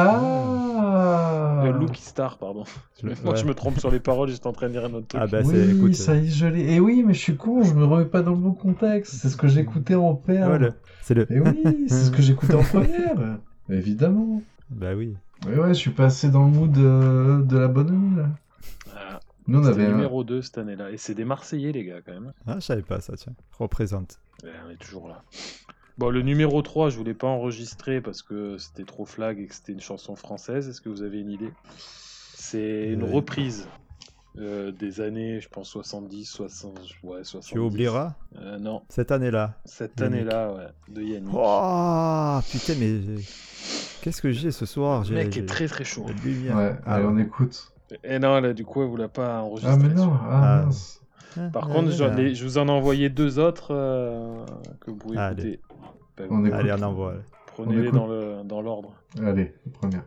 Ah Lucky Star, pardon. Moi, Ouais. je me trompe sur les paroles, j'étais en train de dire un autre truc. Ah bah Oui, écoute, ça y est, je l'ai. Et oui, mais je suis con, je me remets pas dans le bon contexte. C'est ce que j'écoutais en père. voilà, c'est le. Et oui, c'est ce que j'écoutais en première. Évidemment. Bah oui. Ouais, je suis passé dans le mood de la bonne année, là. Voilà. Nous, on C'était avait un... numéro 2 cette année-là. Et c'est des Marseillais, les gars, quand même. Ah, je savais pas ça, tiens. Représente. Ouais, on est toujours là. Bon, le numéro 3, je voulais pas enregistrer parce que c'était trop flag et que c'était une chanson française. Est-ce que vous avez une idée? C'est une reprise des années, je pense, 70, 60... Ouais, 70. Tu oublieras Non, cette année-là. cette Yannick. année-là, ouais, de Yannick. Oh putain, mais qu'est-ce que j'ai ce soir? Le mec est très très chaud. La lumière. Ouais, allez, on écoute. Et non, là, du coup, elle vous l'a pas enregistré. Ah, mais non, Ah. mince. Par contre, je vous en ai envoyé 2 autres que vous pouvez Allez. écouter. Ben, On écoute. Allez, on envoie. Prenez-les écoute. dans l'ordre. Allez, première.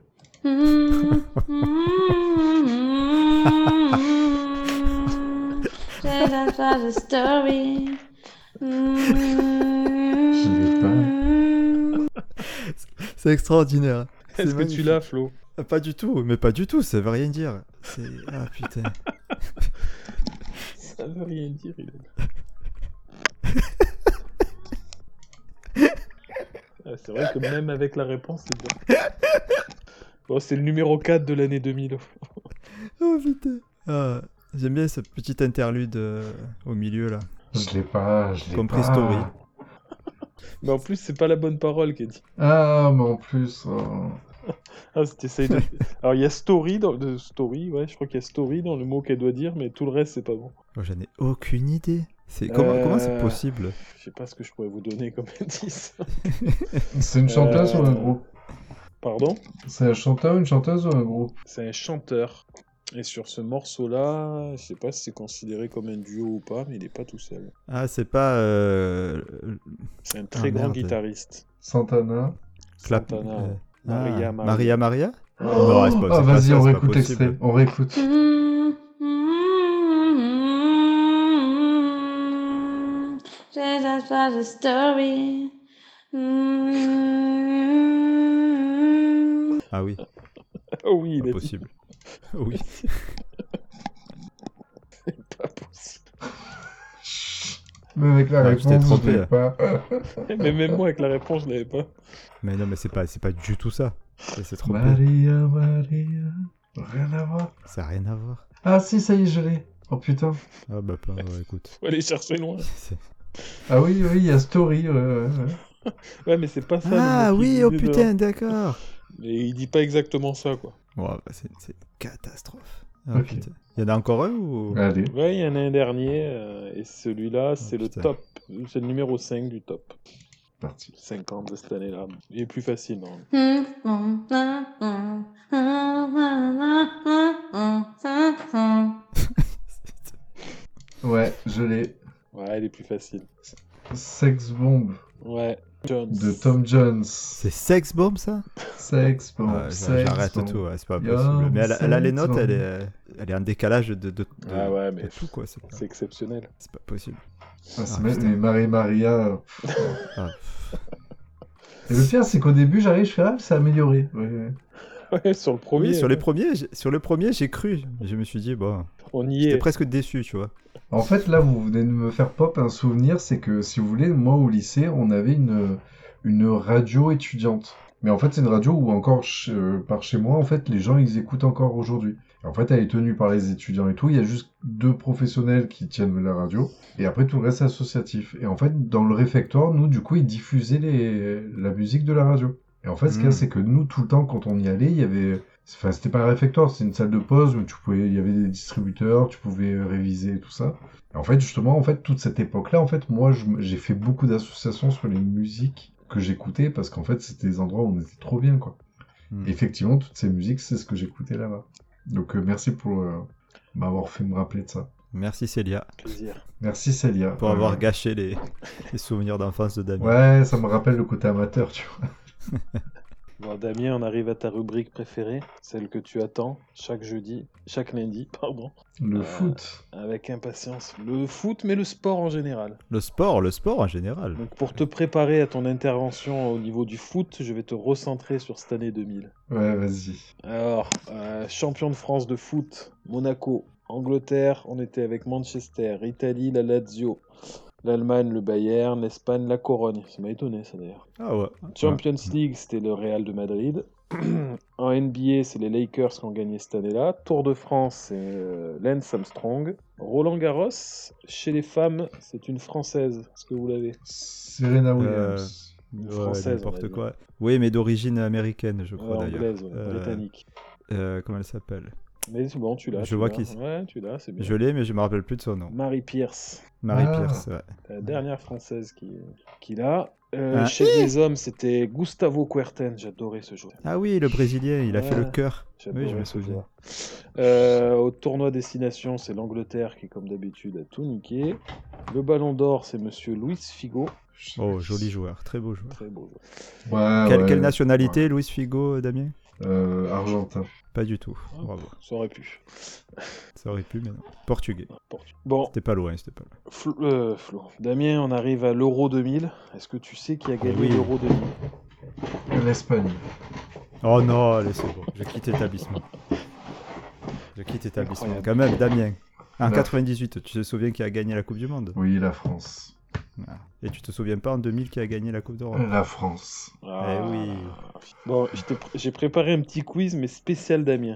That's not a story. Je l'ai pas. C'est extraordinaire. C'est Est-ce que tu magnifique. l'as, Flo? Pas du tout, mais pas du tout, ça veut rien dire. C'est... Ah putain. Ça veut rien dire, il a Ah, c'est vrai que même avec la réponse, c'est bien. Bon, c'est le numéro 4 de l'année 2000. Oh putain. Ah, j'aime bien ce petit interlude au milieu là. Je l'ai pas, je l'ai Comme pas. Prestory. Mais en plus, c'est pas la bonne parole qui est dit. Ah, mais en plus... oh. Ah, t'essayes de... Alors, il y a story dans le story, ouais, je crois qu'il y a story dans le mot qu'elle doit dire, mais tout le reste, c'est pas bon. Oh, j'en ai aucune idée. C'est... Comment c'est possible? Je sais pas ce que je pourrais vous donner comme indice. C'est une chanteuse ou un groupe? Pardon? C'est un chanteur, une chanteuse ou un groupe? C'est un chanteur. Et sur ce morceau-là, je sais pas si c'est considéré comme un duo ou pas, mais il est pas tout seul. Ah, c'est pas... C'est un très Ah, grand merde. guitariste. Santana. Clap... Santana, ouais. Ah, Maria. Maria? Oh, Non, c'est pas- ah, c'est pas vas-y, ça, on c'est pas réécoute possible. extrait. On réécoute. That's not a story. Ah oui, Oh oui, il pas a dit possible. Oui. pas possible. Mais avec la Ouais, tu t'es réponse, je trompé, l'ai là. pas. Mais même moi, avec la réponse, je l'avais pas. Mais non, mais c'est pas du tout ça. C'est trop Maria, Maria. Rien à voir. Ça a rien à voir. Ah si, ça y est, je l'ai. Oh putain. Ah bah pas, ouais, écoute. Faut aller chercher loin. C'est- Ah oui, oui, il y a Story. Ouais. Ouais, mais c'est pas ça. Ah le mot qu'il oui, oh disait putain, d'accord. dedans. Mais il dit pas exactement ça, quoi. Ouais, bah, c'est une catastrophe. Ah, Ok. putain. Il y en a encore un ou... Allez. Ouais, il y en a un dernier, et celui-là, c'est le putain. top. C'est le numéro 5 du top. Parti. 50 de cette année-là. Il est plus facile, non? Ouais, je l'ai. Ouais, il est plus facile. Sex Bomb Ouais, Jones. de Tom Jones. C'est Sex Bomb ça? Sex Bomb. Ouais, Sex j'arrête Bomb. tout, ouais, c'est pas Young possible. Mais elle a les Sex notes, Bomb. elle est en décalage de Ah ouais, mais de tout quoi, c'est c'est exceptionnel. pas possible. Ah, c'est Ah, même- putain. mais Maria. Ah, Et le pire, c'est qu'au début, j'arrive, je fais ah, c'est amélioré. Ouais. Ouais, sur le premier. oui, sur le premier, j'ai cru. Je me suis dit, bon, On y j'étais est. presque déçu, tu vois. En fait, là, vous venez de me faire pop un souvenir, c'est que, si vous voulez, moi, au lycée, on avait une radio étudiante. Mais en fait, c'est une radio où encore, par chez moi, en fait, les gens, ils écoutent encore aujourd'hui. Et en fait, elle est tenue par les étudiants et tout. Il y a juste 2 professionnels qui tiennent la radio. Et après, tout le reste, c'est associatif. Et en fait, dans le réfectoire, nous, du coup, ils diffusaient la musique de la radio. Et en fait, ce qu'il y a, c'est que nous, tout le temps, quand on y allait, il y avait... Enfin, c'était pas un réfectoire, c'était une salle de pause où il y avait des distributeurs, tu pouvais réviser et tout ça. Et en fait, justement, toute cette époque-là, en fait, moi, j'ai fait beaucoup d'associations sur les musiques que j'écoutais parce qu'en fait, c'était des endroits où on était trop bien, quoi. Mm. Et effectivement, toutes ces musiques, c'est ce que j'écoutais là-bas. Donc merci pour m'avoir fait me rappeler de ça. Merci Célia Plaisir. Merci Célia. pour avoir gâché les souvenirs d'enfance de Damien. Ouais, ça me rappelle le côté amateur, tu vois. Bon, Damien, on arrive à ta rubrique préférée, celle que tu attends chaque lundi, Le foot. avec impatience. Le foot, mais le sport en général. Le sport en général. Donc pour te préparer à ton intervention au niveau du foot, je vais te recentrer sur cette année 2000. Ouais, vas-y. Alors, champion de France de foot, Monaco. Angleterre, on était avec Manchester. Italie, la Lazio. L'Allemagne, le Bayern. L'Espagne, la Corogne. Ça m'a étonné, ça d'ailleurs. Ah ouais. Champions League, c'était le Real de Madrid. En NBA, c'est les Lakers qui ont gagné cette année-là. Tour de France, c'est Lance Armstrong. Roland Garros, chez les femmes, c'est une Française. Est-ce que vous l'avez? Serena Williams. Une Ouais, Française, on n'importe va dire. quoi. Oui, mais d'origine américaine, je crois d'ailleurs. Anglaise, ouais, britannique. Comment elle s'appelle? Mais c'est bon, tu l'as. Je tu vois l'as. qui c'est. Ouais, tu l'as, c'est bien. Je l'ai, mais je me rappelle plus de son nom. Marie Pierce, Marie Ah. Pierce, ouais. la dernière Française qui l'a. Ah. Chez les hommes, c'était Gustavo Kuerten. J'adorais ce joueur. Ah oui, le Brésilien, il a fait le Ouais. cœur. J'adorais Oui, je me ce souviens. joueur. Au tournoi destination, c'est l'Angleterre qui, comme d'habitude, a tout niqué. Le Ballon d'Or, c'est Monsieur Luis Figo. Oh, joli joueur, très beau joueur. Très beau joueur. Ouais, Quelle nationalité, Luis Figo, Damien? Argentin. Pas du tout. Ah, Bravo. Ça aurait pu. Ça aurait pu, mais non. Portugais. Bon, C'était pas loin, c'était pas loin. Flo. Damien, on arrive à l'Euro 2000. Est-ce que tu sais qui a gagné Oui. l'Euro 2000? L'Espagne. Oh non, allez, c'est bon. Je quitte l'établissement. Je quitte l'établissement. Incroyable. Quand même, Damien. En Là. 98, tu te souviens qui a gagné la Coupe du Monde? Oui, la France. Ah. Et tu te souviens pas en 2000 qui a gagné la Coupe d'Europe? La France. Ah. Eh oui. Bon, j'ai préparé un petit quiz, mais spécial Damien.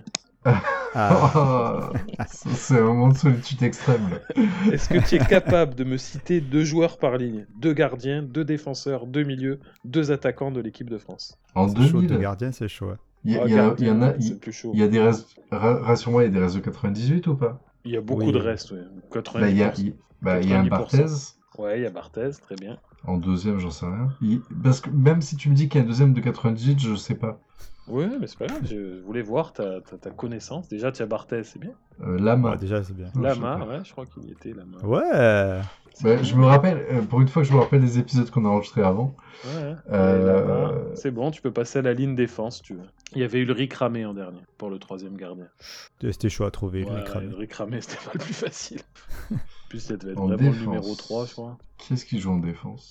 Ah. C'est un moment de solitude extrême. Là. Est-ce que tu es capable de me citer 2 joueurs par ligne? 2 gardiens, 2 défenseurs, 2 milieux, 2 attaquants de l'équipe de France. En C'est chaud, de 2000, gardien, c'est chaud. Hein. il y, Ah, il y en a, c'est plus chaud. il y a des restes. Rassure-moi, il y a des restes de 98 ou pas? Il y a beaucoup Oui. de restes, ouais. 90%. Bah, il y a un 90%. Barthez. Ouais, il y a Barthez, très bien. En deuxième, j'en sais rien. Parce que même si tu me dis qu'il y a un deuxième de 98, je sais pas. Ouais, mais c'est pas grave, je voulais voir ta connaissance. Déjà, tu as Barthez, c'est bien. Lama. Ouais, déjà, c'est bien. Non, je sais Lama, pas. ouais, je crois qu'il y était, Lama. Ouais. Bah, je me rappelle, pour une fois que je me rappelle des épisodes qu'on a enregistrés avant. Ouais, Euh, et Lama, c'est bon, tu peux passer à la ligne défense, si tu veux. Il y avait Ulrich Ramé en dernier, pour le 3e gardien. C'était chaud à trouver, Ouais, Ulrich Ramé. Ulrich Ramé, c'était pas le plus facile. En plus, ça devait être En vraiment défense. le numéro 3, je crois. Qui est-ce qui joue en défense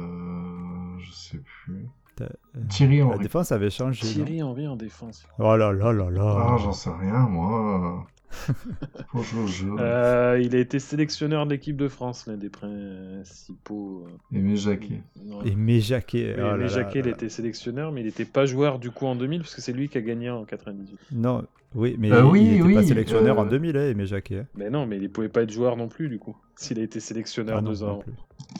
Je sais plus. T'as- Thierry La Henry. défense avait changé. non Thierry Henry en défense. Oh là là là là. Ah, j'en sais rien, moi. Pour jouer au jeu. Il a été sélectionneur de l'équipe de France, l'un des principaux. Aimé Jacquet. Ouais. Et Jacquet. Oui, oh là mais là Jacquet, il là. était sélectionneur, mais il n'était pas joueur du coup en 2000, parce que c'est lui qui a gagné en 98. Non, oui, mais Oui, il était pas oui, sélectionneur en 2000, Aimé Jacquet. Hein. Mais non, mais il pouvait pas être joueur non plus, du coup, s'il a été sélectionneur Ah non, 2 non ans. plus.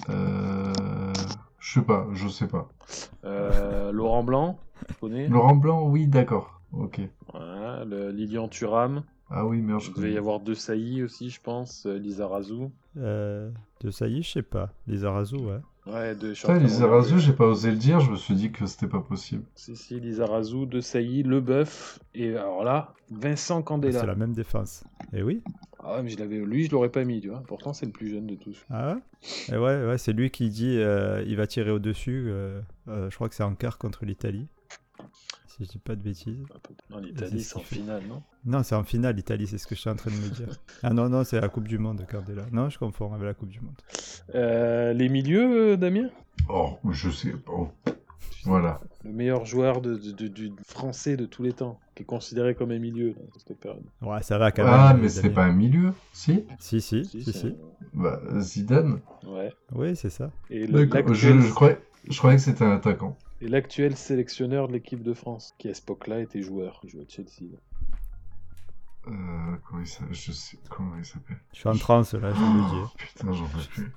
Je sais pas. Laurent Blanc, tu connais. Laurent Blanc, oui, d'accord. Ok. Voilà, Lilian Thuram. Ah oui, merde, je Il devait y connais. avoir 2 saillies aussi, je pense. Lisa Razou. De ça y est, je sais pas. Les Arazo, ouais. Ouais, je suis en Putain, train de Lisa regarder. Razou, j'ai pas osé le dire, je me suis dit que c'était pas possible. Si, Lisa Razou, De Sailly, Leboeuf. Et alors là, Vincent Candela. C'est la même défense. Et oui. Ah ouais, mais lui, je l'aurais pas mis, tu vois. Pourtant, c'est le plus jeune de tous. Ah ouais. Et ouais, c'est lui qui dit il va tirer au-dessus. Je crois que c'est en quart contre l'Italie. Si je dis pas de bêtises. En Italie, c'est en finale, non? Non, c'est en finale, l'Italie, c'est ce que je suis en train de me dire. Ah non, c'est la Coupe du Monde, Cardella. Non, je confonds avec la Coupe du Monde. Les milieux, Damien? Oh, je sais pas. Oh. Voilà. Le meilleur joueur du français de tous les temps, qui est considéré comme un milieu dans cette période. Ouais, ça va quand même. Ah, mais c'est Damien. pas un milieu, si? Si. c'est- Bah, Zidane. Ouais. Oui, c'est ça. Et D'accord. Je croyais que c'était un attaquant. et l'actuel sélectionneur de l'équipe de France, qui à cette époque-là était joueur. Il jouait à Chelsea. Comment il s'appelle? Je sais comment il s'appelle. Je suis en transe là, je vous le dis. Putain, j'en peux plus.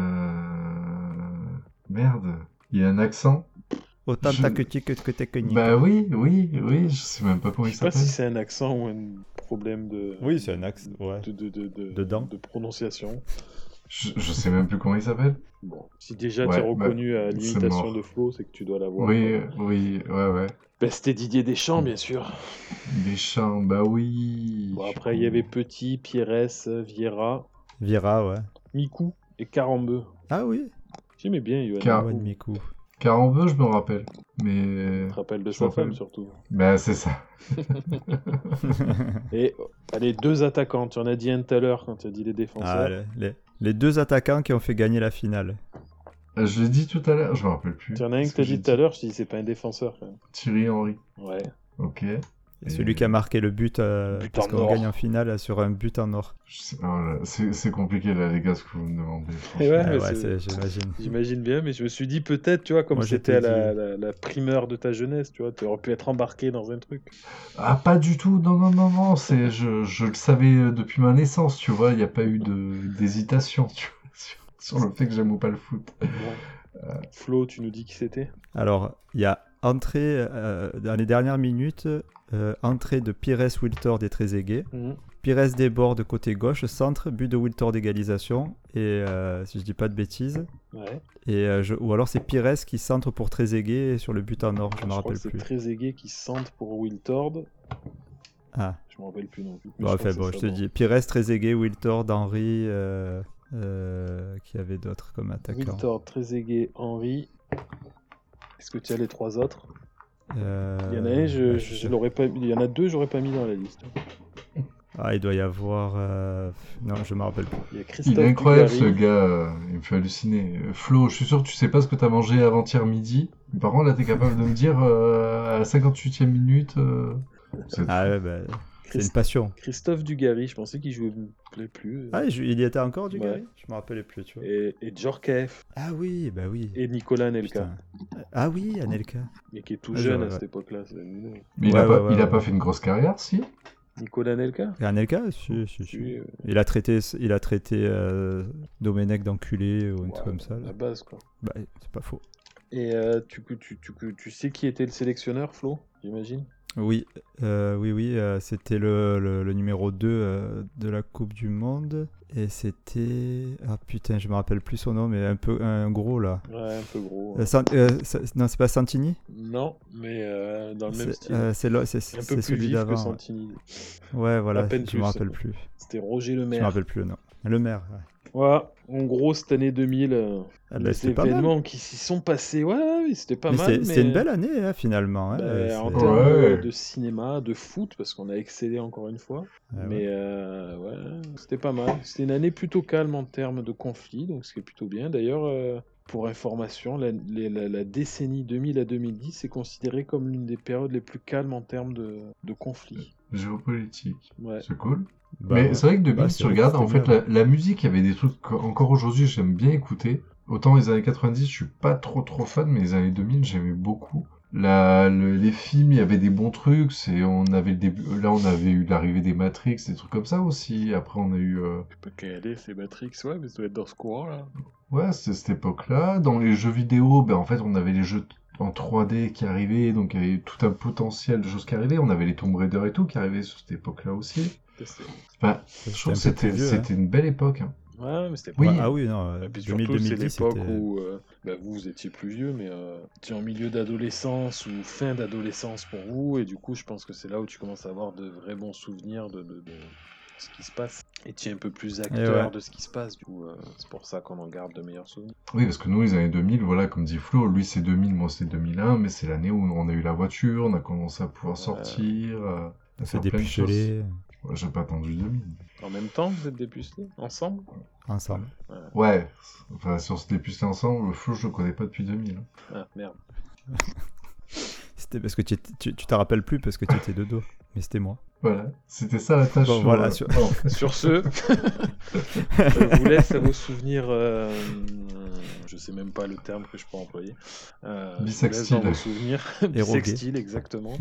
Merde. Il y a un accent. Autant Je- tactique que technique. Bah oui, je sais même pas comment Je il sais pas s'appelle. si c'est un accent ou un problème de. Oui, c'est un axe. Ouais. De Dedans. de prononciation. Je sais même plus comment il s'appelle. Bon, si déjà Ouais, t'es reconnu à c'est l'imitation mort. de Flo, c'est que tu dois l'avoir. Oui, ouais. Bah, c'était Didier Deschamps, bien sûr. Deschamps, bah oui. Bon, je suis après, il y con. avait Petit, Pires, Vieira, Vira, ouais. Mikou et Carambeu. Ah oui, J'aimais bien Yoann Car- Yoann Mikou. Mikou. Carambeu, je me rappelle. Mais. Tu te rappelles de Je sa me rappelle. femme, surtout. Bah, c'est ça. Et allez, 2 attaquants. Tu en as dit un tout à l'heure quand tu as dit les Ah, défenseurs. les 2 attaquants qui ont fait gagner la finale. Je l'ai dit tout à l'heure, je me rappelle plus. Tu en as un Qu'est-ce que tu as j'ai dit tout à l'heure, je te dis c'est pas un défenseur quand même. Thierry Henry. Ouais. Ok. Et celui qui a marqué le but, But parce en qu'on or. gagne en finale sur un but en or. Oh là, c'est compliqué là, les gars, ce que vous me demandez. franchement. Ouais, Ah mais ouais, c'est- j'imagine. J'imagine bien, mais je me suis dit peut-être, tu vois, comme Moi, je c'était t'ai à dit. la primeur de ta jeunesse, tu vois, tu aurais pu être embarqué dans un truc. Ah, pas du tout, non, je le savais depuis ma naissance, tu vois, il n'y a pas eu d'hésitation, tu vois, sur le fait que j'aime ou pas le foot. Bon. Flo, tu nous dis qui c'était? Alors, il y a entrée, dans les dernières minutes, entrée de Pires Wiltord et Trezeguet. Mhm. Pires déborde côté gauche, centre, but de Wiltord d'égalisation. Et si je dis pas de bêtises. Ouais. Et, ou alors c'est Pires qui centre pour Trezeguet sur le but en or, je me crois rappelle que c'est plus. Trezeguet qui centre pour Wiltord. Ah, Je me rappelle plus non plus. mais bon, je enfin, crois bon, que je c'est te ça, dis. Pires, Trezeguet, Wiltord, Henry, qui avait d'autres comme bon. attaquants. Wiltord, Trezeguet, Henry. Est-ce que tu as les 3 autres? Il y en a un, Ouais, je l'aurais pas. Il y en a 2, j'aurais pas mis dans la liste. Ah, il doit y avoir. Non, je me rappelle plus. Il y a Il Christophe est incroyable Dugarry. ce gars, il me fait halluciner. Flo, je suis sûr que tu sais pas ce que t'as mangé avant-hier midi. Par contre, là, t'es capable de me dire à la 58e minute. C'est Ah fou. ouais, bah, c'est Christ- une passion. Christophe Dugarry, je pensais qu'il jouait plus. Ah, il y était encore du Ouais. gars. Je me rappelais plus, tu vois. Et Djorkaeff Ah oui, bah oui. et Nicolas Anelka. Putain. Ah oui, Anelka. Mais qui est tout Ah, jeune ouais, à cette ouais. époque-là. c'est mignon. Mais il Ouais, a pas, ouais, il a ouais, pas ouais. fait une grosse carrière, si? Nicolas Anelka? Et Anelka, si. Oui, Il a traité Domenech d'enculé ou un truc comme ça. Là. la base, quoi. Bah, c'est pas faux. Et tu sais qui était le sélectionneur, Flo, j'imagine? Oui, c'était le numéro 2 de la Coupe du Monde. Et c'était... Ah putain, je me rappelle plus son nom, mais un gros là. Ouais, un peu gros. Non, c'est pas Santini? Non, mais dans le même style. C'est un peu plus celui vif que d'avant. Santini. Ouais, voilà, À peine je me plus. rappelle plus. C'était Roger Je me Lemaire. rappelle plus le nom. Le maire, ouais. Voilà, en gros, cette année 2000, Ah bah, les c'était pas mal. événements qui s'y sont passés, ouais, c'était pas Mais mal. c'était une belle année, hein, finalement. Hein. En C'est- termes Ouais. de cinéma, de foot, parce qu'on a excellé encore une fois. Ah ouais. Mais ouais, c'était pas mal. C'était une année plutôt calme en termes de conflits, donc ce qui est plutôt bien. D'ailleurs, pour information, la décennie 2000 à 2010 est considérée comme l'une des périodes les plus calmes en termes de conflits. Géopolitique. Ouais. C'est cool. Bah, Mais ouais. c'est vrai que 2000, Bah, si tu regardes, en c'était fait, bien. la musique, il y avait des trucs encore aujourd'hui, j'aime bien écouter. Autant les années 90, je suis pas trop fan, mais les années 2000, j'aimais beaucoup. Les films, il y avait des bons trucs. On avait le début, là, on avait eu l'arrivée des Matrix, des trucs comme ça aussi. Après, on a eu, Je sais pas quelle est, c'est Matrix, ouais, mais ça doit être dans ce courant-là. ouais, c'était cette époque-là. Dans les jeux vidéo, ben, en fait, on avait les jeux en 3D qui arrivaient, donc il y avait tout un potentiel de choses qui arrivaient. On avait les Tomb Raider et tout qui arrivaient sur cette époque-là aussi. Enfin, je trouve que un peu plus vieux, c'était une belle époque, hein. Ouais, mais c'était Oui. pas... Ah oui, non. Et puis 2000, surtout, c'est 2010, l'époque c'était- où vous étiez plus vieux, mais tu es en milieu d'adolescence ou fin d'adolescence pour vous, et du coup, je pense que c'est là où tu commences à avoir de vrais bons souvenirs de ce qui se passe. Et tu es un peu plus acteur ouais. de ce qui se passe, du coup, c'est pour ça qu'on en garde de meilleurs souvenirs. Oui, parce que nous, les années 2000, voilà, comme dit Flo, lui c'est 2000, moi c'est 2001, mais c'est l'année où on a eu la voiture, on a commencé à pouvoir sortir, à On s'est faire plein de choses. dépucelé Ouais, j'ai pas attendu 2000. En même temps, vous êtes dépucelés ensemble? ensemble. Ouais, enfin, si on s'était pucelé ensemble, le Flo, je le connais pas depuis 2000. Ah, merde. C'était parce que tu t'en rappelles plus parce que tu étais de dos. Mais c'était moi. Voilà, c'était ça la tâche. Bon, voilà, sur- Pardon. Sur ce, je vous laisse à vos souvenirs. Je sais même pas le terme que je peux employer. Je vous laisse Bisextile. dans vos souvenirs. Érogué. Bisextile, exactement.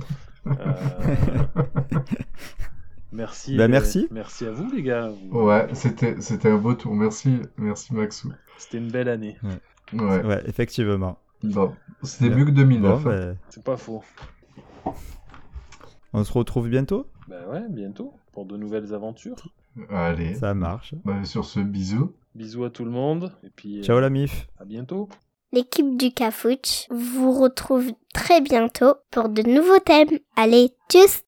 Merci. Bah, merci. Merci à vous, les gars. Ouais, c'était un beau tour. Merci Maxou. C'était une belle année. Ouais, Ouais, effectivement. bon, c'était mieux que 2009. Bon, hein. bah, C'est pas faux. on se retrouve bientôt. Bah ouais, bientôt pour de nouvelles aventures. Allez, Ça marche. bah, sur ce, bisous. Bisous à tout le monde. Et puis, Ciao la MIF. à bientôt. L'équipe du Cafouche vous retrouve très bientôt pour de nouveaux thèmes. Allez, tchuss!